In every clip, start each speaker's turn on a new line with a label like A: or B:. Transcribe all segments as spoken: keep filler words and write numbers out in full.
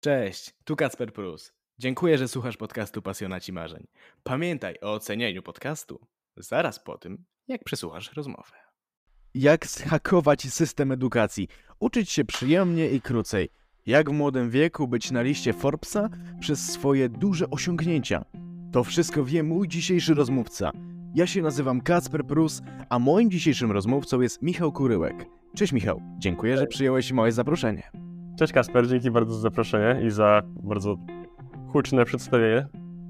A: Cześć, tu Kacper Prus. Dziękuję, że słuchasz podcastu Pasjonaci Marzeń. Pamiętaj o ocenieniu podcastu zaraz po tym, jak przesłuchasz rozmowę. Jak zhakować system edukacji? Uczyć się przyjemnie i krócej. Jak w młodym wieku być na liście Forbesa przez swoje duże osiągnięcia? To wszystko wie mój dzisiejszy rozmówca. Ja się nazywam Kacper Prus, a moim dzisiejszym rozmówcą jest Michał Kuryłek. Cześć Michał, dziękuję, że przyjąłeś moje zaproszenie.
B: Cześć Kasper, dzięki bardzo za zaproszenie i za bardzo huczne przedstawienie.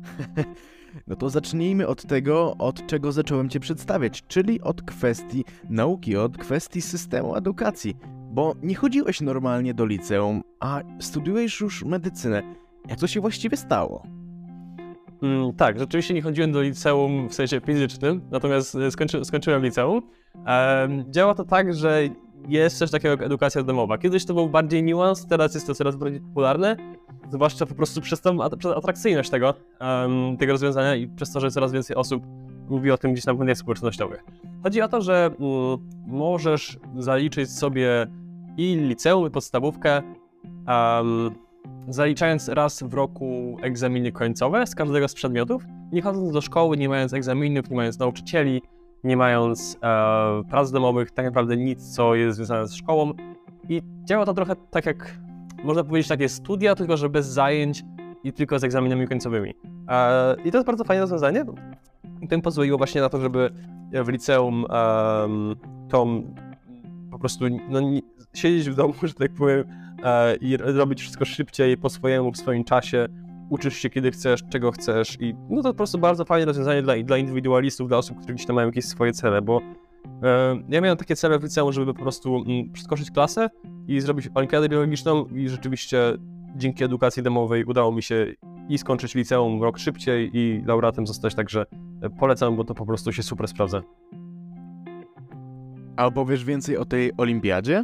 A: No to zacznijmy od tego, od czego zacząłem Cię przedstawiać, czyli od kwestii nauki, od kwestii systemu edukacji. Bo nie chodziłeś normalnie do liceum, a studiujesz już medycynę. Jak to się właściwie stało?
B: Mm, tak, rzeczywiście nie chodziłem do liceum w sensie fizycznym, natomiast skończy, skończyłem liceum. Ehm, działa to tak, że jest coś takiego jak edukacja domowa. Kiedyś to był bardziej niuans, teraz jest to coraz bardziej popularne, zwłaszcza po prostu przez tą atrakcyjność tego, um, tego rozwiązania i przez to, że coraz więcej osób mówi o tym gdzieś na mediach społecznościowych. Chodzi o to, że um, możesz zaliczyć sobie i liceum, i podstawówkę, um, zaliczając raz w roku egzaminy końcowe z każdego z przedmiotów, nie chodząc do szkoły, nie mając egzaminów, nie mając nauczycieli, nie mając e, prac domowych, tak naprawdę nic, co jest związane z szkołą. I działa to trochę tak jak, można powiedzieć, takie studia, tylko że bez zajęć i tylko z egzaminami końcowymi. E, I to jest bardzo fajne rozwiązanie. I to mi pozwoliło właśnie na to, żeby w liceum e, tą po prostu no, nie, siedzieć w domu, że tak powiem, e, i robić wszystko szybciej, po swojemu, w swoim czasie. Uczysz się, kiedy chcesz, czego chcesz i no to po prostu bardzo fajne rozwiązanie dla, dla indywidualistów, dla osób, które gdzieś tam mają jakieś swoje cele, bo e, ja miałem takie cele w liceum, żeby po prostu m, przeskoczyć klasę i zrobić olimpiadę biologiczną i rzeczywiście dzięki edukacji domowej udało mi się i skończyć liceum rok szybciej i laureatem zostać, także polecam, bo to po prostu się super sprawdza.
A: A opowiesz więcej o tej olimpiadzie?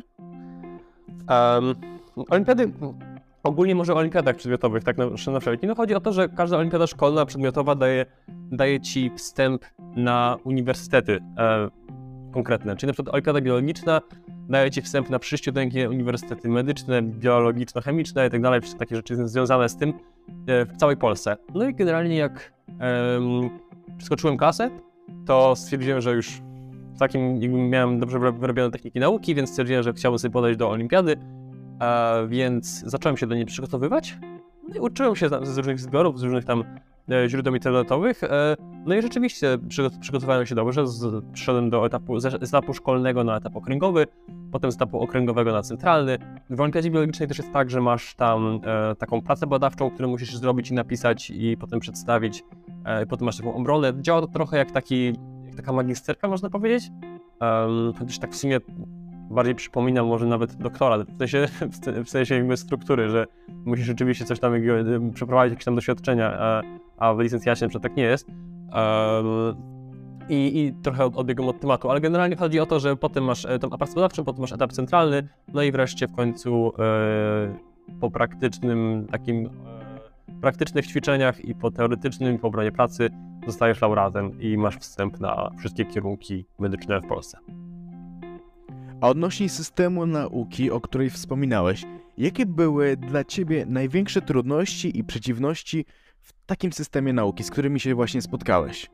B: Um, olimpiady... Ogólnie może o olimpiadach przedmiotowych, tak na, na wszelki. No chodzi o to, że każda olimpiada szkolna, przedmiotowa daje, daje ci wstęp na uniwersytety e, konkretne. Czyli na przykład olimpiada biologiczna daje ci wstęp na przyszciodenkie uniwersytety medyczne, biologiczno-chemiczne i tak dalej, wszystkie takie rzeczy związane z tym e, w całej Polsce. No i generalnie jak e, przeskoczyłem klasę, to stwierdziłem, że już w takim jakby miałem dobrze wyrobione techniki nauki, więc stwierdziłem, że chciałbym sobie podejść do olimpiady. E, więc zacząłem się do niej przygotowywać. No i uczyłem się z różnych zbiorów, z różnych tam e, źródeł internetowych. E, no i rzeczywiście przygot przygotowałem się dobrze. Z, przyszedłem do etapu, z, z etapu szkolnego na etap okręgowy, potem z etapu okręgowego na centralny. W olimpiadzie biologicznej też jest tak, że masz tam e, taką pracę badawczą, którą musisz zrobić i napisać i potem przedstawić. E, potem masz taką obronę. Działa to trochę jak, taki, jak taka magisterka, można powiedzieć. Um, chociaż tak w sumie bardziej przypomina może nawet doktorat, w sensie, w sensie jakby struktury, że musisz rzeczywiście coś tam przeprowadzić, jakieś tam doświadczenia, a, a w licencjacie na przykład tak nie jest. Um, i, I trochę odbiegam od tematu, ale generalnie chodzi o to, że potem masz tą pracę badawczą, potem masz etap centralny, no i wreszcie w końcu e, po praktycznym takim e, praktycznych ćwiczeniach i po teoretycznym, po obronie pracy zostajesz laureatem i masz wstęp na wszystkie kierunki medyczne w Polsce.
A: A odnośnie systemu nauki, o której wspominałeś, jakie były dla Ciebie największe trudności i przeciwności w takim systemie nauki, z którymi się właśnie spotkałeś?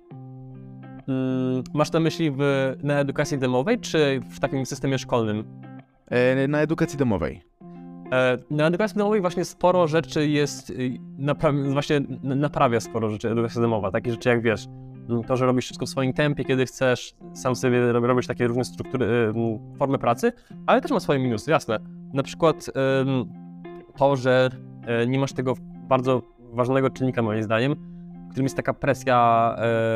B: Hmm, masz na myśli w, na edukacji domowej, czy w takim systemie szkolnym?
A: E, na edukacji domowej.
B: E, na edukacji domowej właśnie sporo rzeczy jest, napra właśnie naprawia sporo rzeczy edukacja domowa, takie rzeczy jak wiesz, to, że robisz wszystko w swoim tempie, kiedy chcesz, sam sobie robisz takie różne struktury, formy pracy, ale też ma swoje minusy, jasne. Na przykład to, że nie masz tego bardzo ważnego czynnika, moim zdaniem, którym jest taka presja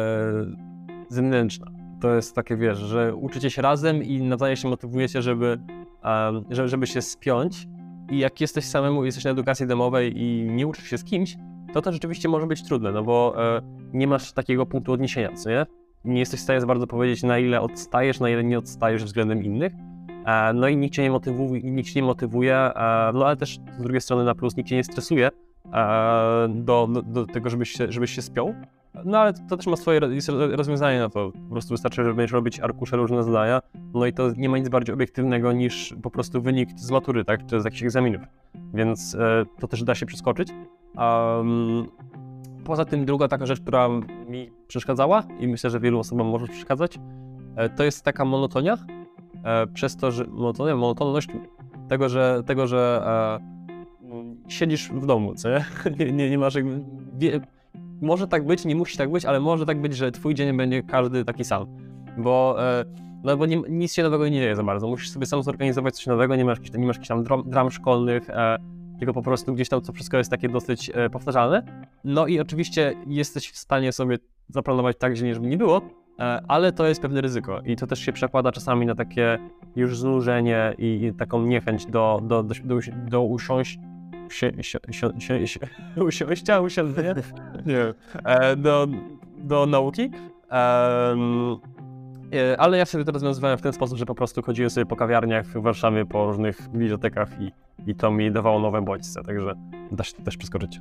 B: zewnętrzna. To jest takie, wiesz, że uczycie się razem i nawzajem się motywujecie, żeby, żeby się spiąć i jak jesteś samemu, jesteś na edukacji domowej i nie uczysz się z kimś, to to rzeczywiście może być trudne, no bo e, nie masz takiego punktu odniesienia, co nie? Nie jesteś w stanie za bardzo powiedzieć, na ile odstajesz, na ile nie odstajesz względem innych. E, no i nikt cię nie motywuje, nikt cię nie motywuje, e, no ale też z drugiej strony na plus nikt cię nie stresuje e, do, do, do tego, żebyś się, żebyś się spiął. No ale to też ma swoje jest rozwiązanie na to. Po prostu wystarczy, że będziesz robić arkusze różne zadania, no i to nie ma nic bardziej obiektywnego niż po prostu wynik z matury, tak, czy z jakichś egzaminów. Więc e, to też da się przeskoczyć. Um, poza tym druga taka rzecz, która mi przeszkadzała i myślę, że wielu osobom może przeszkadzać, e, to jest taka monotonia, e, przez to, że monotonia, monotonność tego, że, tego, że e, siedzisz w domu, co nie? nie, nie, nie masz jakby... Wie, może tak być, nie musi tak być, ale może tak być, że twój dzień będzie każdy taki sam, bo, e, no bo nie, nic się nowego nie dzieje za bardzo, musisz sobie sam zorganizować coś nowego, nie masz jakichś, nie masz jakichś tam dram, dram szkolnych, e, tylko po prostu gdzieś tam to wszystko jest takie dosyć e, powtarzalne. No i oczywiście jesteś w stanie sobie zaplanować tak dzień, żeby nie było, e, ale to jest pewne ryzyko i to też się przekłada czasami na takie już znużenie i, i taką niechęć do, do, do, do, do usiąść Sie, sie, sie, sie, sie, usiąścia, usiądzenia, nie wiem, e, do, do nauki, e, e, ale ja sobie to rozwiązywałem w ten sposób, że po prostu chodziłem sobie po kawiarniach w Warszawie, po różnych bibliotekach i, i to mi dawało nowe bodźce, także da się to też przeskoczyć.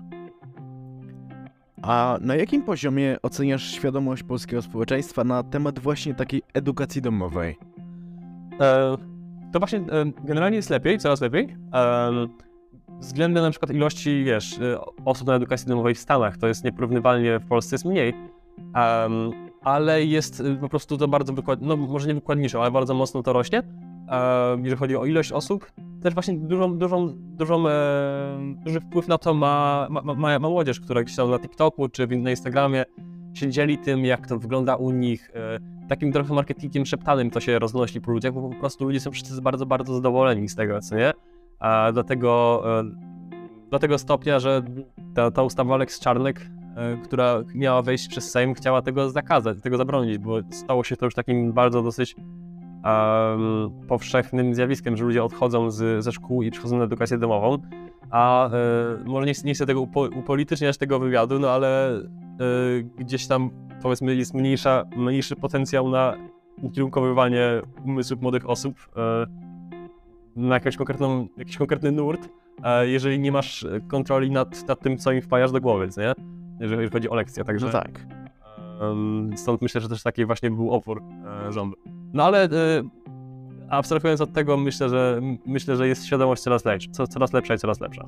A: A na jakim poziomie oceniasz świadomość polskiego społeczeństwa na temat właśnie takiej edukacji domowej?
B: E, to właśnie e, generalnie jest lepiej, coraz lepiej. E, Względem na przykład ilości, wiesz, osób na edukacji domowej w Stanach, to jest nieporównywalnie, w Polsce jest mniej, um, ale jest po prostu to bardzo wykład, no może nie wykładniczo, ale bardzo mocno to rośnie, um, jeżeli chodzi o ilość osób. Też właśnie dużą, dużą, dużą, e, duży wpływ na to ma, ma, ma, ma młodzież, która gdzieś tam na TikToku czy na Instagramie się dzieli tym, jak to wygląda u nich. E, takim trochę marketingiem szeptanym to się roznosi po ludziach, bo po prostu ludzie są wszyscy bardzo, bardzo zadowoleni z tego, co nie? A do tego, do tego stopnia, że ta, ta ustawa Lex Czarnek, która miała wejść przez Sejm, chciała tego zakazać, tego zabronić, bo stało się to już takim bardzo dosyć um, powszechnym zjawiskiem, że ludzie odchodzą z, ze szkół i przychodzą na edukację domową, a y, może nie, nie chcę tego upo, upolityczniać tego wywiadu, no ale y, gdzieś tam powiedzmy jest mniejsza, mniejszy potencjał na ukierunkowywanie umysłów młodych osób y, na jakąś konkretną, jakiś konkretny nurt, jeżeli nie masz kontroli nad, nad tym, co im wpajasz do głowy, co nie? Jeżeli chodzi o lekcje, także...
A: No tak.
B: Um, stąd myślę, że też taki właśnie był opór e, rządu. No ale e, abstrahując od tego, myślę, że myślę, że jest świadomość coraz lepsza, co, coraz lepsza i coraz lepsza.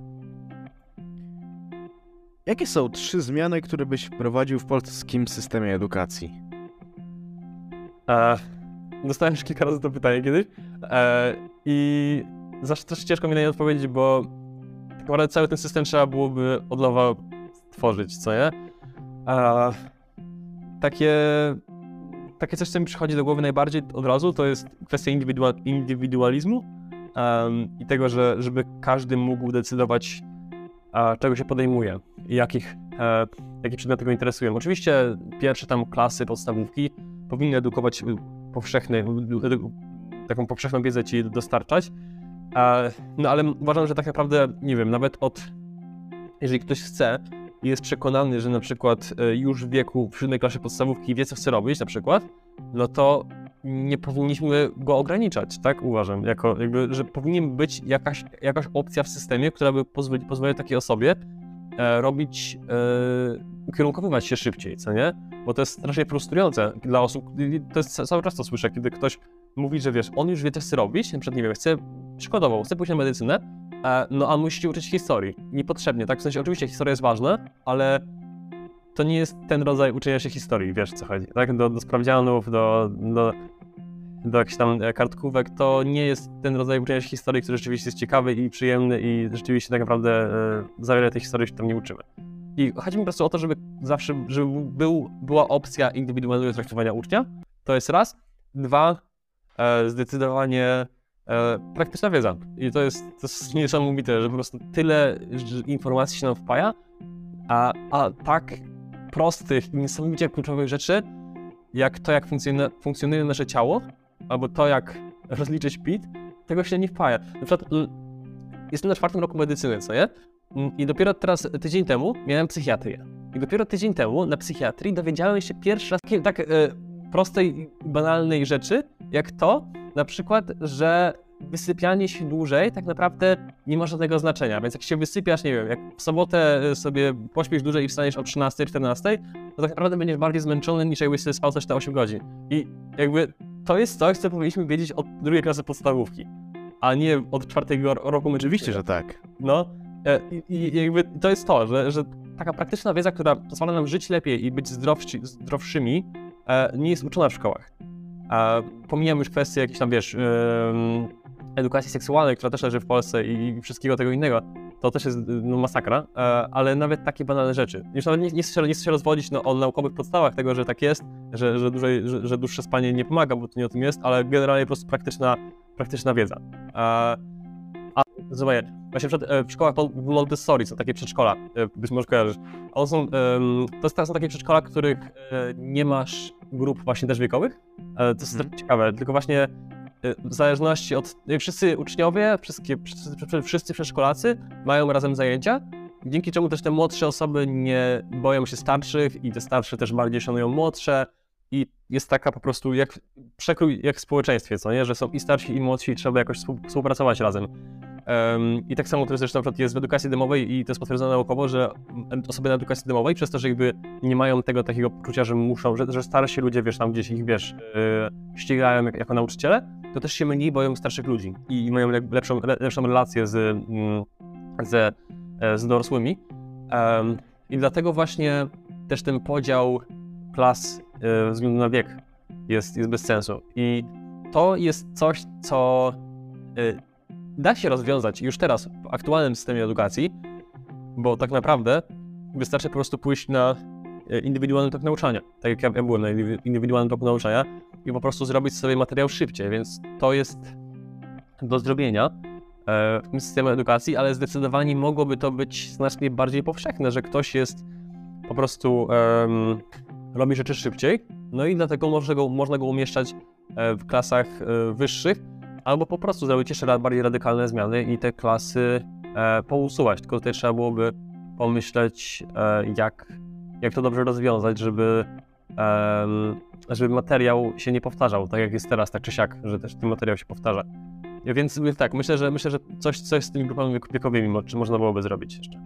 A: Jakie są trzy zmiany, które byś wprowadził w polskim systemie edukacji?
B: E, dostałem już kilka razy to pytanie kiedyś e, i zawsze też ciężko mi na nie odpowiedzieć, bo tak naprawdę cały ten system trzeba byłoby od nowa tworzyć, co nie? E, takie, takie coś, co mi przychodzi do głowy najbardziej od razu, to jest kwestia indywidua, indywidualizmu um, i tego, że żeby każdy mógł decydować, a, czego się podejmuje i jakich, e, jakie przedmioty go interesują. Oczywiście pierwsze tam klasy, podstawówki powinny edukować powszechny, edu, taką powszechną wiedzę ci dostarczać, e, no ale uważam, że tak naprawdę, nie wiem, nawet od, jeżeli ktoś chce i jest przekonany, że na przykład już w wieku w siódmej klasie podstawówki wie, co chce robić na przykład, no to nie powinniśmy go ograniczać, tak uważam, jako jakby, że powinien być jakaś, jakaś opcja w systemie, która by pozwoli, pozwoliła takiej osobie e, robić, e, ukierunkowywać się szybciej, co nie? Bo to jest strasznie frustrujące dla osób, to jest cały czas to słyszę, kiedy ktoś mówi, że wiesz, on już wie, co chce robić, na przykład, nie wiem, chce, przykładowo, chce pójść na medycynę, no a musi się uczyć historii. Niepotrzebnie, tak? W sensie oczywiście historia jest ważna, ale to nie jest ten rodzaj uczenia się historii, wiesz o co chodzi, tak? Do, do sprawdzianów, do, do, do jakichś tam kartkówek, to nie jest ten rodzaj uczenia się historii, który rzeczywiście jest ciekawy i przyjemny i rzeczywiście tak naprawdę e, za wiele tej historii się tam nie uczymy. I chodzi mi po prostu o to, żeby zawsze, żeby był, była opcja indywidualnego traktowania ucznia, to jest raz. Dwa, e, zdecydowanie E, praktyczna wiedza. I to jest, to jest niesamowite, że po prostu tyle informacji się nam wpaja, a, a tak prostych i niesamowicie kluczowych rzeczy, jak to, jak funkcjonuje, funkcjonuje nasze ciało, albo to, jak rozliczyć P I T, tego się nie wpaja. Na przykład jestem na czwartym roku medycyny, co nie? I dopiero teraz, tydzień temu, miałem psychiatrię. I dopiero tydzień temu na psychiatrii dowiedziałem się pierwszy raz tak e, prostej, banalnej rzeczy, jak to, na przykład, że wysypianie się dłużej tak naprawdę nie ma żadnego znaczenia, więc jak się wysypiasz, nie wiem, jak w sobotę sobie pośpisz dłużej i wstaniesz o trzynastej, czternastej, to tak naprawdę będziesz bardziej zmęczony niż jakbyś sobie spał też te osiem godzin. I jakby to jest coś, co powinniśmy wiedzieć od drugiej klasy podstawówki, a nie od czwartego roku medycznego.
A: Oczywiście, że tak.
B: No i, i jakby to jest to, że, że taka praktyczna wiedza, która pozwala nam żyć lepiej i być zdrowsi, zdrowszymi, nie jest uczona w szkołach. Pomijam już kwestię jakiejś tam, wiesz, edukacji seksualnej, która też leży w Polsce i wszystkiego tego innego, to też jest no, masakra, ale nawet takie banalne rzeczy. Już nawet nie, nie, chcę, nie chcę się rozwodzić no, o naukowych podstawach tego, że tak jest, że, że, dłużej, że, że dłuższe spanie nie pomaga, bo to nie o tym jest, ale generalnie po prostu praktyczna, praktyczna wiedza. A, a zobacz, właśnie przed, w szkołach Montessori są takie przedszkola, być może kojarzysz. One są, to są takie przedszkola, w których nie masz grup właśnie też wiekowych. To jest hmm. ciekawe, tylko właśnie w zależności od... Wszyscy uczniowie, wszystkie, wszyscy, wszyscy przedszkolacy mają razem zajęcia, dzięki czemu też te młodsze osoby nie boją się starszych i te starsze też bardziej szanują młodsze i jest taka po prostu jak przekrój jak w społeczeństwie, co nie? Że są i starsi i młodsi i trzeba jakoś współpracować razem. Um, I tak samo to jest zresztą na przykład jest w edukacji domowej i to jest potwierdzone naukowo, że osoby na edukacji domowej przez to, że jakby nie mają tego takiego poczucia, że muszą, że, że starsi ludzie, wiesz, tam gdzieś ich, wiesz, yy, ścigają jak, jako nauczyciele, to też się mniej boją starszych ludzi i, i mają lepszą, lepszą relację z, yy, ze, yy, z dorosłymi. Um, I dlatego właśnie też ten podział klas yy, ze względu na wiek jest, jest bez sensu. I to jest coś, co yy, da się rozwiązać już teraz w aktualnym systemie edukacji, bo tak naprawdę wystarczy po prostu pójść na indywidualny tok nauczania, tak jak ja, ja byłem na indywidualnym toku nauczania i po prostu zrobić sobie materiał szybciej, więc to jest do zrobienia e, w tym systemie edukacji, ale zdecydowanie mogłoby to być znacznie bardziej powszechne, że ktoś jest po prostu e, robi rzeczy szybciej, no i dlatego można go, można go umieszczać e, w klasach e, wyższych, albo po prostu zrobić jeszcze bardziej radykalne zmiany i te klasy e, pousuwać, tylko tutaj trzeba byłoby pomyśleć, e, jak, jak to dobrze rozwiązać, żeby, e, żeby materiał się nie powtarzał, tak jak jest teraz, tak czy siak, że też ten materiał się powtarza. Więc tak, myślę, że myślę, że coś, coś z tymi grupami wiekowymi czy można byłoby zrobić jeszcze.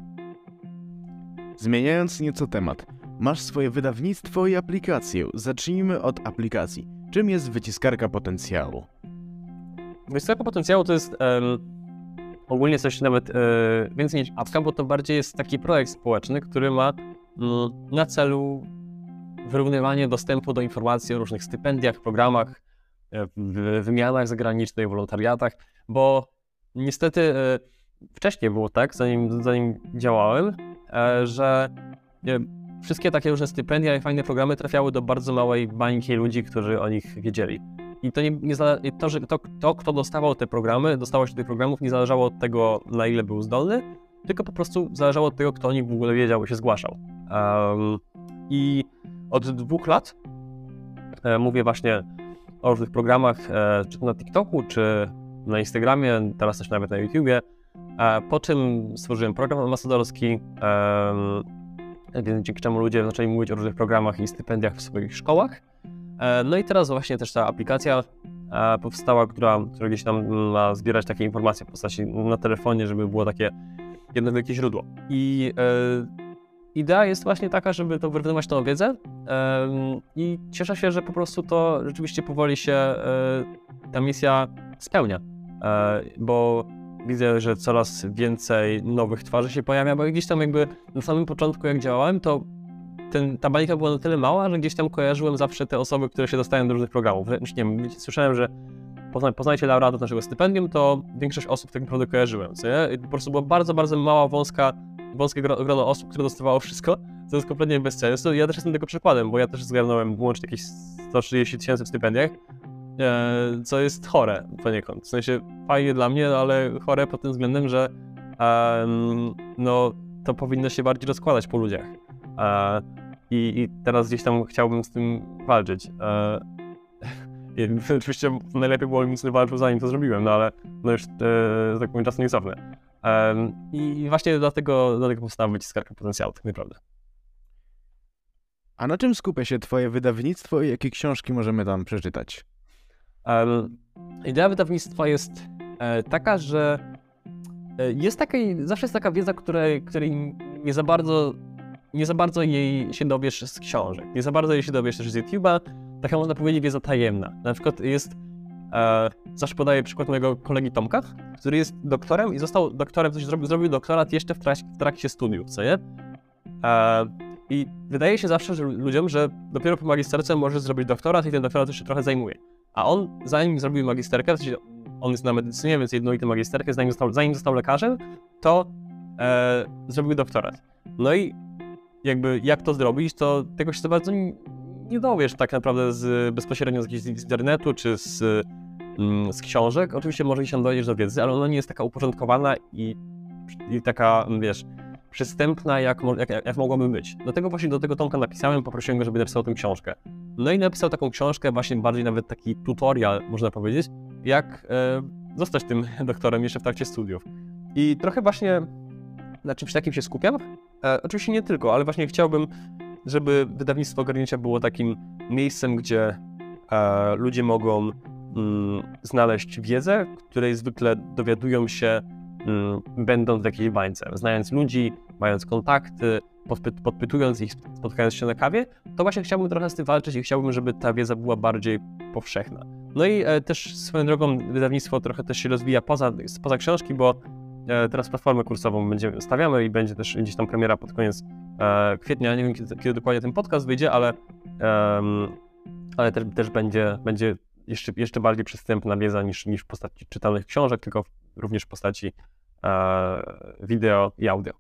A: Zmieniając nieco temat, masz swoje wydawnictwo i aplikację. Zacznijmy od aplikacji. Czym jest wyciskarka potencjału?
B: Wyciskarka potencjału to jest um, ogólnie coś nawet e, więcej niż apka, bo to bardziej jest taki projekt społeczny, który ma m, na celu wyrównywanie dostępu do informacji o różnych stypendiach, programach, e, w wymianach zagranicznych, wolontariatach, bo niestety e, wcześniej było tak, zanim, zanim działałem, e, że e, wszystkie takie różne stypendia i fajne programy trafiały do bardzo małej bańki ludzi, którzy o nich wiedzieli. I to, nie, nie to, że to, to, kto dostawał te programy, dostało się do tych programów, nie zależało od tego, na ile był zdolny, tylko po prostu zależało od tego, kto o nich w ogóle wiedział i się zgłaszał. Um, I od dwóch lat e, mówię właśnie o różnych programach, e, czy to na TikToku, czy na Instagramie, teraz też nawet na YouTubie, e, po czym stworzyłem program ambasadorski, e, dzięki czemu ludzie zaczęli mówić o różnych programach i stypendiach w swoich szkołach. No i teraz właśnie też ta aplikacja powstała, która, która gdzieś tam ma zbierać takie informacje w postaci na telefonie, żeby było takie jedno wielkie źródło. I e, idea jest właśnie taka, żeby to wyrównywać tą wiedzę e, i cieszę się, że po prostu to rzeczywiście powoli się e, ta misja spełnia, e, bo widzę, że coraz więcej nowych twarzy się pojawia, bo gdzieś tam jakby na samym początku jak działałem, to Ten, ta bańka była na tyle mała, że gdzieś tam kojarzyłem zawsze te osoby, które się dostają do różnych programów. Już nie wiem, słyszałem, że pozna, poznajcie laureatów naszego stypendium, to większość osób tak naprawdę kojarzyłem, co nie? I po prostu była bardzo, bardzo mała, wąska, wąskie grono osób, które dostawało wszystko, co jest kompletnie bez sensu. Ja też jestem tego przykładem, bo ja też zgarnąłem łącznie jakieś sto trzydzieści tysięcy w stypendiach, e, co jest chore poniekąd. W sensie fajnie dla mnie, ale chore pod tym względem, że e, no, to powinno się bardziej rozkładać po ludziach. E, i, I teraz gdzieś tam chciałbym z tym walczyć. E, i, oczywiście najlepiej było mi sobie walczył zanim to zrobiłem, no ale no już, e, tak powiem, czasu nie cofnę. E, I właśnie dlatego, dlatego powstała wyciskarka potencjału, tak naprawdę.
A: A na czym skupia się twoje wydawnictwo i jakie książki możemy tam przeczytać?
B: Um, idea wydawnictwa jest e, taka, że e, jest takiej, zawsze jest taka wiedza, której, której nie za bardzo, nie za bardzo jej się dowiesz z książek, nie za bardzo jej się dowiesz też z YouTube'a, taka można powiedzieć wiedza tajemna. Na przykład jest, e, zawsze podaję przykład mojego kolegi Tomka, który jest doktorem i został doktorem, coś zrobił, zrobił doktorat jeszcze w, trak- w trakcie studiów, co nie? E, I wydaje się zawsze że ludziom, że dopiero po magisterce możesz zrobić doktorat i ten doktorat już się trochę zajmuje. A on, zanim zrobił magisterkę, w sensie on jest na medycynie, więc jednolity magisterkę, zanim został, zanim został lekarzem, to e, zrobił doktorat. No i jakby jak to zrobić, to tego się za bardzo nie, nie dowiesz tak naprawdę z, bezpośrednio z, z internetu czy z, mm, z książek. Oczywiście może się dojdziesz do wiedzy, ale ona nie jest taka uporządkowana i, i taka, wiesz, przystępna, jak, jak, jak mogłaby być. Dlatego właśnie do tego Tomka napisałem, poprosiłem go, żeby napisał tę książkę. No i napisał taką książkę, właśnie bardziej nawet taki tutorial, można powiedzieć, jak e, zostać tym doktorem jeszcze w trakcie studiów. I trochę właśnie na czymś takim się skupiam. E, oczywiście nie tylko, ale właśnie chciałbym, żeby wydawnictwo Ogarnięcia było takim miejscem, gdzie e, ludzie mogą mm, znaleźć wiedzę, której zwykle dowiadują się mm, będąc w jakiejś bańce. Znając ludzi, mając kontakty, podpy- podpytując ich, spotkając się na kawie, to właśnie chciałbym trochę z tym walczyć i chciałbym, żeby ta wiedza była bardziej powszechna. No i e, też swoją drogą wydawnictwo trochę też się rozwija poza, poza książki, bo e, teraz platformę kursową będziemy stawiamy i będzie też gdzieś tam premiera pod koniec e, kwietnia. Nie wiem, kiedy, kiedy dokładnie ten podcast wyjdzie, ale, e, ale też, też będzie, będzie jeszcze, jeszcze bardziej przystępna wiedza niż, niż w postaci czytanych książek, tylko również w postaci e, wideo i audio.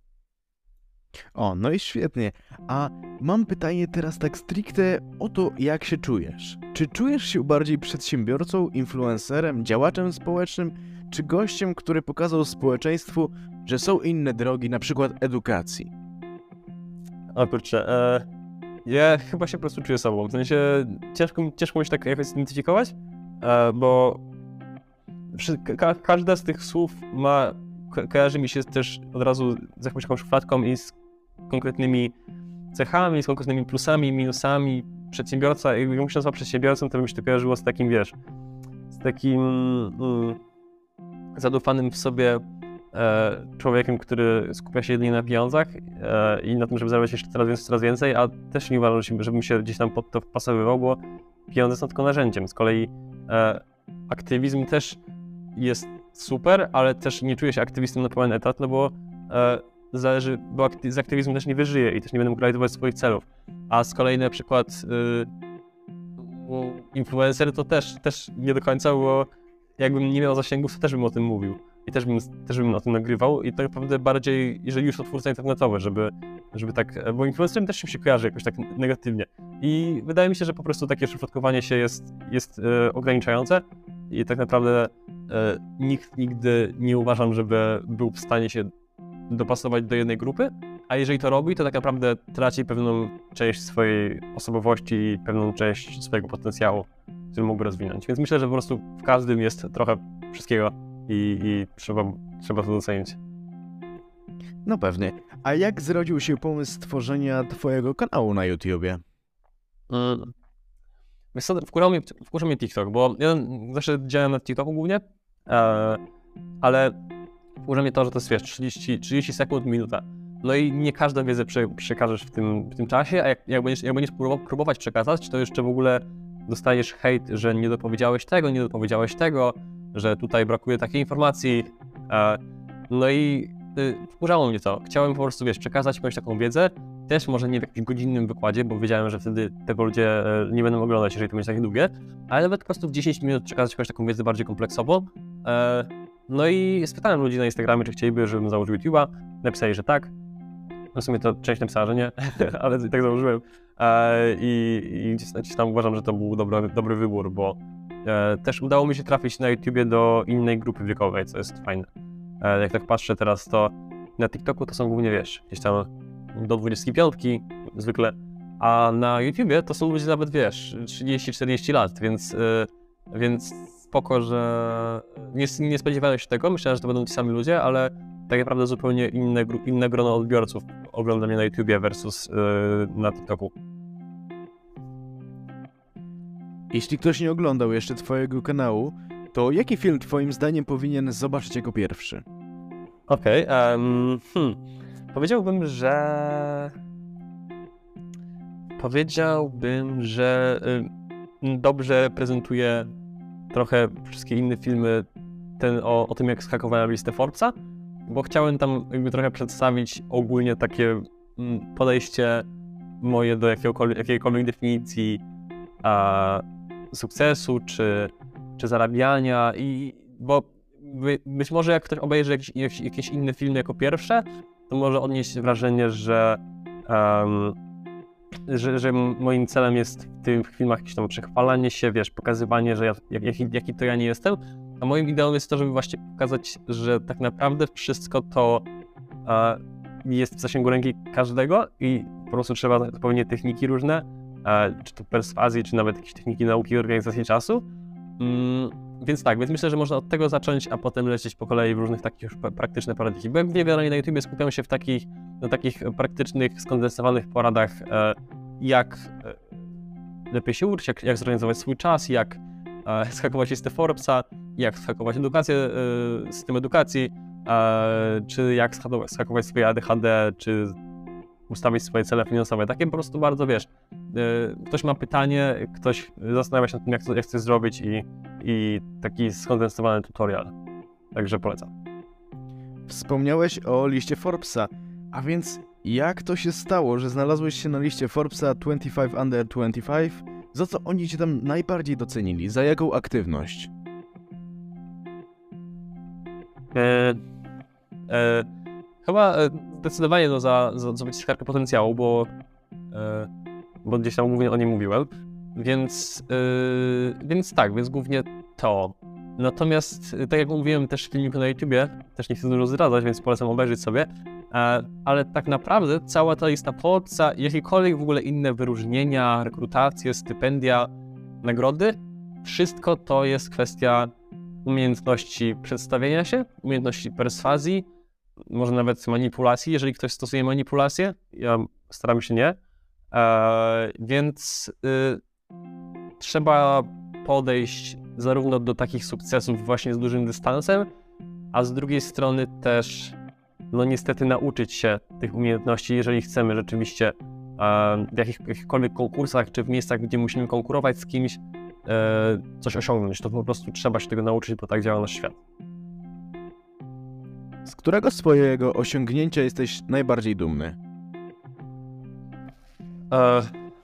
A: O, no i świetnie. A mam pytanie teraz tak stricte o to, jak się czujesz. Czy czujesz się bardziej przedsiębiorcą, influencerem, działaczem społecznym, czy gościem, który pokazał społeczeństwu, że są inne drogi, na przykład edukacji?
B: O kurczę, e, ja chyba się po prostu czuję sobą. W sensie ciężko, ciężko mi się tak jakoś zidentyfikować, e, bo ka- każde z tych słów ma, ko- kojarzy mi się też od razu z jakąś taką szufladką i z konkretnymi cechami, z konkretnymi plusami, minusami. Przedsiębiorca, jakbym się nazywał przedsiębiorcą, to bym się to kojarzyło z takim, wiesz, z takim mm, zadufanym w sobie e, człowiekiem, który skupia się jedynie na pieniądzach e, i na tym, żeby zarabiać jeszcze coraz więcej, coraz więcej, a też nie uważam, żebym się gdzieś tam pod to wpasowywał, bo pieniądze są tylko narzędziem. Z kolei e, aktywizm też jest super, ale też nie czuję się aktywistą na pełen etat, no bo e, zależy, bo akty- z aktywizmu też nie wyżyję i też nie będę mógł realizować swoich celów. A z kolei na przykład y, influencer to też, też nie do końca, bo jakbym nie miał zasięgów, to też bym o tym mówił. I też bym, też bym o tym nagrywał i tak naprawdę bardziej, jeżeli już to twórca internetowy, żeby, żeby tak, bo influencerem też się kojarzy jakoś tak negatywnie. I wydaje mi się, że po prostu takie szufladkowanie się jest, jest e, ograniczające i tak naprawdę e, nikt nigdy nie uważam, żeby był w stanie się dopasować do jednej grupy, a jeżeli to robi, to tak naprawdę traci pewną część swojej osobowości i pewną część swojego potencjału, który mógłby rozwinąć. Więc myślę, że po prostu w każdym jest trochę wszystkiego i, i trzeba, trzeba to docenić.
A: No pewnie. A jak zrodził się pomysł stworzenia twojego kanału na YouTubie?
B: Mm. Wiesz co, wkurza mnie, wkurza mnie TikTok, bo ja zawsze działam na TikToku głównie, e, ale wkurza mnie to, że to jest, wiesz, trzydzieści, trzydzieści sekund, minuta. No i nie każdą wiedzę prze, przekażesz w tym, w tym czasie, a jak, jak będziesz, jak będziesz próbować przekazać, to jeszcze w ogóle dostajesz hejt, że nie dopowiedziałeś tego, nie dopowiedziałeś tego, że tutaj brakuje takiej informacji. E, no i y, wkurzało mnie to. Chciałem po prostu, wiesz, przekazać jakąś taką wiedzę, też może nie w jakimś godzinnym wykładzie, bo wiedziałem, że wtedy tego ludzie e, nie będą oglądać, jeżeli to będzie takie długie, ale nawet po prostu w dziesięć minut przekazać jakąś taką wiedzę bardziej kompleksową. E, no i spytałem ludzi na Instagramie, czy chcieliby, żebym założył YouTube'a. Napisali, że tak. W sumie to część napisała, że nie, ale i tak założyłem. E, I i gdzieś, gdzieś tam uważam, że to był dobry, dobry wybór, bo e, też udało mi się trafić na YouTubie do innej grupy wiekowej, co jest fajne. E, jak tak patrzę teraz, to na TikToku to są głównie, wiesz, gdzieś tam do dwudziestki piątki zwykle, a na YouTubie to są ludzie nawet, wiesz, trzydzieści czterdzieści lat, więc, yy, więc spoko, że nie, nie spodziewałem się tego, myślałem, że to będą ci sami ludzie, ale tak naprawdę zupełnie inne, inne grono odbiorców ogląda mnie na YouTubie versus yy, na TikToku.
A: Jeśli ktoś nie oglądał jeszcze twojego kanału, to to jaki film twoim zdaniem powinien zobaczyć jako pierwszy?
B: Okej, okay, um, hmm. powiedziałbym, że... Powiedziałbym, że y, dobrze prezentuje trochę wszystkie inne filmy ten, o, o tym, jak zhakowałem listę Forbesa, bo chciałem tam jakby trochę przedstawić ogólnie takie mm, podejście moje do jakiegokolwiek, jakiejkolwiek definicji a, sukcesu czy, czy zarabiania, i bo by, być może jak ktoś obejrzy jakiś, jakiś, jakieś inne filmy jako pierwsze, to może odnieść wrażenie, że, um, że, że moim celem jest w tych filmach jakieś tam przechwalanie się, wiesz, pokazywanie, że ja, jak, jaki, jaki to ja nie jestem, a moim ideałem jest to, żeby właśnie pokazać, że tak naprawdę wszystko to e, jest w zasięgu ręki każdego i po prostu trzeba odpowiednie techniki różne, e, czy to perswazji, czy nawet jakieś techniki nauki i organizacji czasu. Mm, więc tak, więc myślę, że można od tego zacząć, a potem lecieć po kolei w różnych takich już praktycznych poradach. Bo jak wiele na YouTubie skupiam się w takich, na takich praktycznych, skondensowanych poradach, e, jak e, lepiej się uczyć, jak, jak zorganizować swój czas, jak e, zhakować listę Forbesa, jak zhakować edukację, e, system edukacji, e, czy jak zhakować swoje A D H D, czy ustawić swoje cele finansowe. Takie po prostu bardzo, wiesz, e, ktoś ma pytanie, ktoś zastanawia się nad tym, jak, jak chce zrobić i, i taki skondensowany tutorial. Także polecam.
A: Wspomniałeś o liście Forbesa, a więc jak to się stało, że znalazłeś się na liście Forbesa dwadzieścia pięć under dwadzieścia pięć? Za co oni cię tam najbardziej docenili? Za jaką aktywność?
B: E, e, chyba e, zdecydowanie no, za, za, za wyciskarkę potencjału, bo, e, bo gdzieś tam głównie o nim mówiłem, więc, e, więc tak, więc głównie to. Natomiast, tak jak mówiłem też w filmiku na YouTubie, też nie chcę dużo zdradzać, więc polecam obejrzeć sobie, e, ale tak naprawdę cała ta lista Forbesa, jakiekolwiek w ogóle inne wyróżnienia, rekrutacje, stypendia, nagrody, wszystko to jest kwestia umiejętności przedstawienia się, umiejętności perswazji, może nawet manipulacji, jeżeli ktoś stosuje manipulację. Ja staram się nie. E, więc y, trzeba podejść zarówno do takich sukcesów właśnie z dużym dystansem, a z drugiej strony też, no niestety, nauczyć się tych umiejętności, jeżeli chcemy rzeczywiście e, w jakich, jakichkolwiek konkursach, czy w miejscach, gdzie musimy konkurować z kimś, e, coś osiągnąć. To po prostu trzeba się tego nauczyć, bo tak działa nasz świat.
A: Z którego swojego osiągnięcia jesteś najbardziej dumny?
B: E,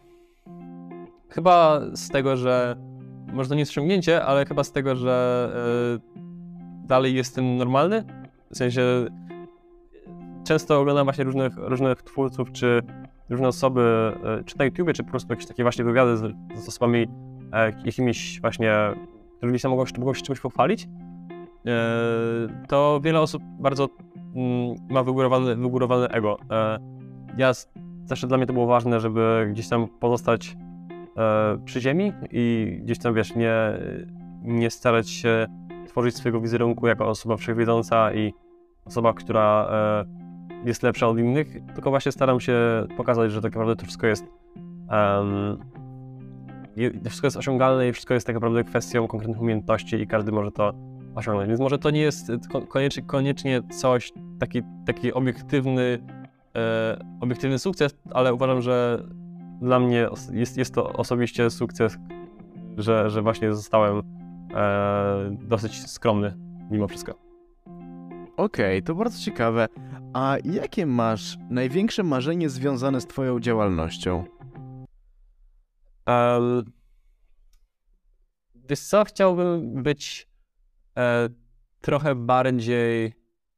B: chyba z tego, że może to nie jest osiągnięcie, ale chyba z tego, że e, dalej jestem normalny. W sensie często oglądam właśnie różnych, różnych twórców, czy różne osoby, e, czy na YouTubie, czy po prostu jakieś takie właśnie wywiady z, z osobami e, jakimiś właśnie, którymi się mogą, mogą się czymś pochwalić. E, to wiele osób bardzo mm, ma wygórowane, wygórowane ego. E, ja zawsze dla mnie to było ważne, żeby gdzieś tam pozostać e, przy ziemi i gdzieś tam, wiesz, nie, nie starać się tworzyć swojego wizerunku jako osoba wszechwiedząca i osoba, która e, jest lepsza od innych, tylko właśnie staram się pokazać, że tak naprawdę to wszystko jest um, wszystko jest osiągalne i wszystko jest tak naprawdę kwestią konkretnych umiejętności i każdy może to osiągnąć. Więc może to nie jest koniecznie, koniecznie coś, taki, taki obiektywny, e, obiektywny sukces, ale uważam, że dla mnie jest, jest to osobiście sukces, że, że właśnie zostałem e, dosyć skromny mimo wszystko.
A: Okej, okay, to bardzo ciekawe. A jakie masz największe marzenie związane z twoją działalnością?
B: Um, wiesz co, chciałbym być e, trochę bardziej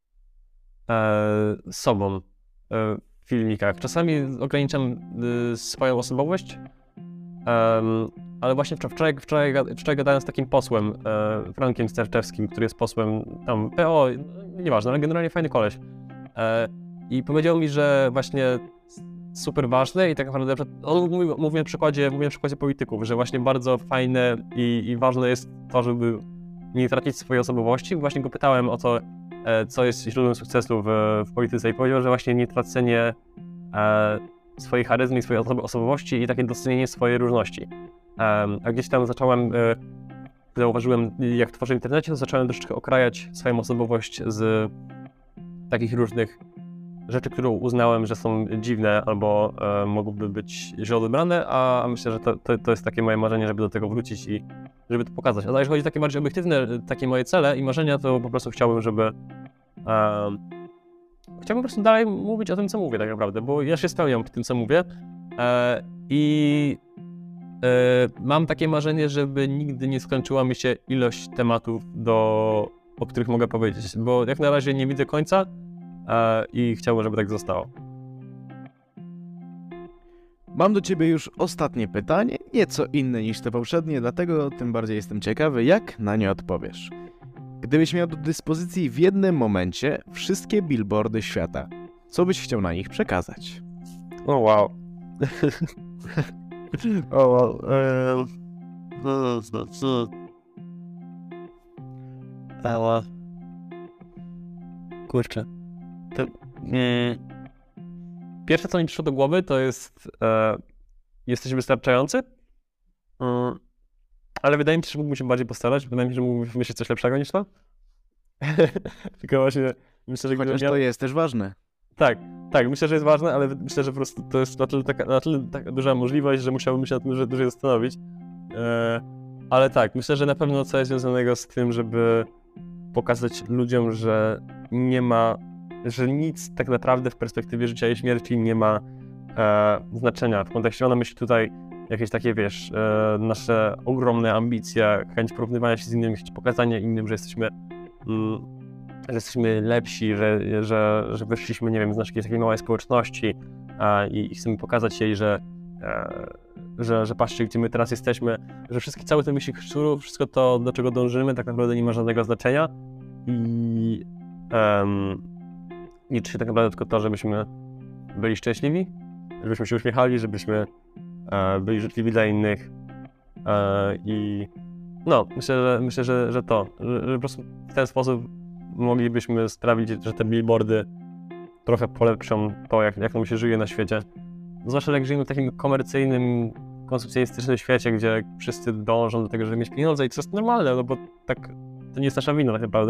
B: e, sobą e, w filmikach. Czasami ograniczam e, swoją osobowość, e, ale właśnie wczoraj, wczoraj, wczoraj gadałem z takim posłem, e, Frankiem Sterczewskim, który jest posłem tam P O, nieważne, ale generalnie fajny koleś. E, I powiedział mi, że właśnie super ważne i tak naprawdę on mówi, mówi, na przykładzie, mówi na przykładzie polityków, że właśnie bardzo fajne i, i ważne jest to, żeby nie tracić swojej osobowości. Właśnie go pytałem o to, e, co jest źródłem sukcesu w, w polityce i powiedział, że właśnie nie tracenie e, swojej charyzmy i swojej osobowości i takie docenienie swojej różności. E, a gdzieś tam zacząłem e, zauważyłem, jak tworzę w internecie, to zacząłem troszeczkę okrajać swoją osobowość z takich różnych rzeczy, które uznałem, że są dziwne albo e, mogłyby być źle odebrane, a myślę, że to, to, to jest takie moje marzenie, żeby do tego wrócić i żeby to pokazać. A jeżeli chodzi o takie bardziej obiektywne, takie moje cele i marzenia, to po prostu chciałbym, żeby e, chciałbym po prostu dalej mówić o tym, co mówię tak naprawdę, bo ja się spełniam w tym, co mówię e, i e, mam takie marzenie, żeby nigdy nie skończyła mi się ilość tematów, do, o których mogę powiedzieć, bo jak na razie nie widzę końca e, i chciałbym, żeby tak zostało.
A: Mam do ciebie już ostatnie pytanie, nieco inne niż te poprzednie, dlatego tym bardziej jestem ciekawy, jak na nie odpowiesz. Gdybyś miał do dyspozycji w jednym momencie wszystkie billboardy świata, co byś chciał na nich przekazać?
B: O oh, wow. O wow. Ała. Kurczę. To, mm, pierwsze, co mi przyszło do głowy, to jest e, jesteś wystarczający, mm, ale wydaje mi się, że mógłbym się bardziej postarać. Wydaje mi się, że mógłbym wymyślić coś lepszego niż to. Tylko właśnie myślę, że...
A: Chociaż
B: miał...
A: to jest też ważne.
B: Tak, tak, myślę, że jest ważne, ale myślę, że po prostu to jest na tyle taka, na tyle taka duża możliwość, że musiałbym się na tym dłużej, dłużej zastanowić. E, ale tak, myślę, że na pewno coś związanego z tym, żeby pokazać ludziom, że nie ma, że nic tak naprawdę w perspektywie życia i śmierci nie ma e, znaczenia. W kontekście ona myśli tutaj jakieś takie, wiesz, e, nasze ogromne ambicje, chęć porównywania się z innymi, chęć pokazania innym, że jesteśmy mm, że jesteśmy lepsi, że, że, że wyszliśmy, nie wiem, z naszej takiej małej społeczności e, i, i chcemy pokazać jej, że, e, że, że patrzcie, gdzie my teraz jesteśmy, że wszystkie, całe te myśli szczurów, wszystko to, do czego dążymy, tak naprawdę nie ma żadnego znaczenia i um, liczy się tak naprawdę tylko to, żebyśmy byli szczęśliwi, żebyśmy się uśmiechali, żebyśmy e, byli życzliwi dla innych e, i no, myślę, że, myślę, że, że to, że, że po prostu w ten sposób moglibyśmy sprawić, że te billboardy trochę polepszą to, jak, jak nam się żyje na świecie. Zwłaszcza jak żyjemy w takim komercyjnym, konsumpcjonistycznym świecie, gdzie wszyscy dążą do tego, żeby mieć pieniądze i to jest normalne, no bo tak, to nie jest nasza wina tak naprawdę,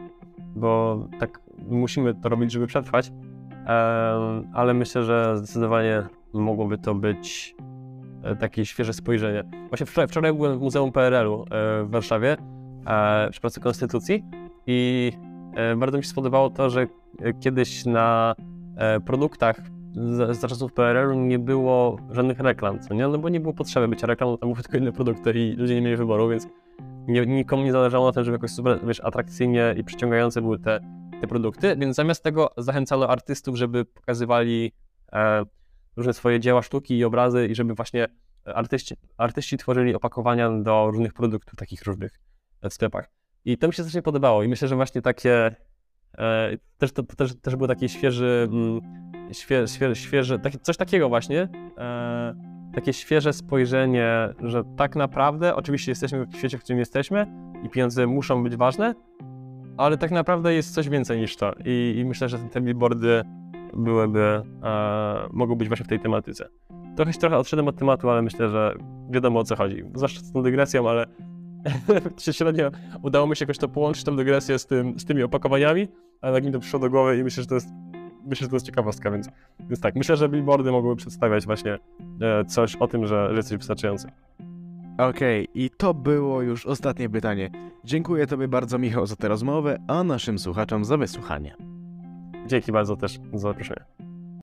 B: bo tak musimy to robić, żeby przetrwać, ehm, ale myślę, że zdecydowanie mogłoby to być takie świeże spojrzenie. Właśnie wczoraj, wczoraj byłem w Muzeum P R L-u w Warszawie e, przy pracy Konstytucji i e, bardzo mi się spodobało to, że kiedyś na e, produktach za, za czasów P R L-u nie było żadnych reklam, co nie? No bo nie było potrzeby bycia reklamą, tam były tylko inne produkty i ludzie nie mieli wyboru, więc nie, nikomu nie zależało na tym, żeby jakoś super, wiesz, atrakcyjnie i przyciągające były te, te produkty, więc zamiast tego zachęcano artystów, żeby pokazywali e, różne swoje dzieła sztuki i obrazy i żeby właśnie artyści, artyści tworzyli opakowania do różnych produktów, takich różnych w sklepach. I to mi się strasznie podobało i myślę, że właśnie takie, e, też, to, to też, też był taki świeży, mm, świe, świe, świeże, taki, coś takiego właśnie, e, takie świeże spojrzenie, że tak naprawdę, oczywiście jesteśmy w świecie, w którym jesteśmy i pieniądze muszą być ważne, ale tak naprawdę jest coś więcej niż to i, i myślę, że te billboardy byłyby, e, mogą być właśnie w tej tematyce. Trochę się trochę odszedłem od tematu, ale myślę, że wiadomo o co chodzi. Zwłaszcza z tą dygresją, ale średnio udało mi się jakoś to połączyć, tą dygresję z, tym, z tymi opakowaniami, ale tak mi to przyszło do głowy i myślę, że to jest, myślę, że to jest ciekawostka, więc, więc tak, myślę, że billboardy mogłyby przedstawiać właśnie e, coś o tym, że, że jesteś wystarczający.
A: Okej, okay, i to było już ostatnie pytanie. Dziękuję tobie bardzo, Michał, za tę rozmowę, a naszym słuchaczom za wysłuchanie.
B: Dzięki bardzo też za zaproszenie.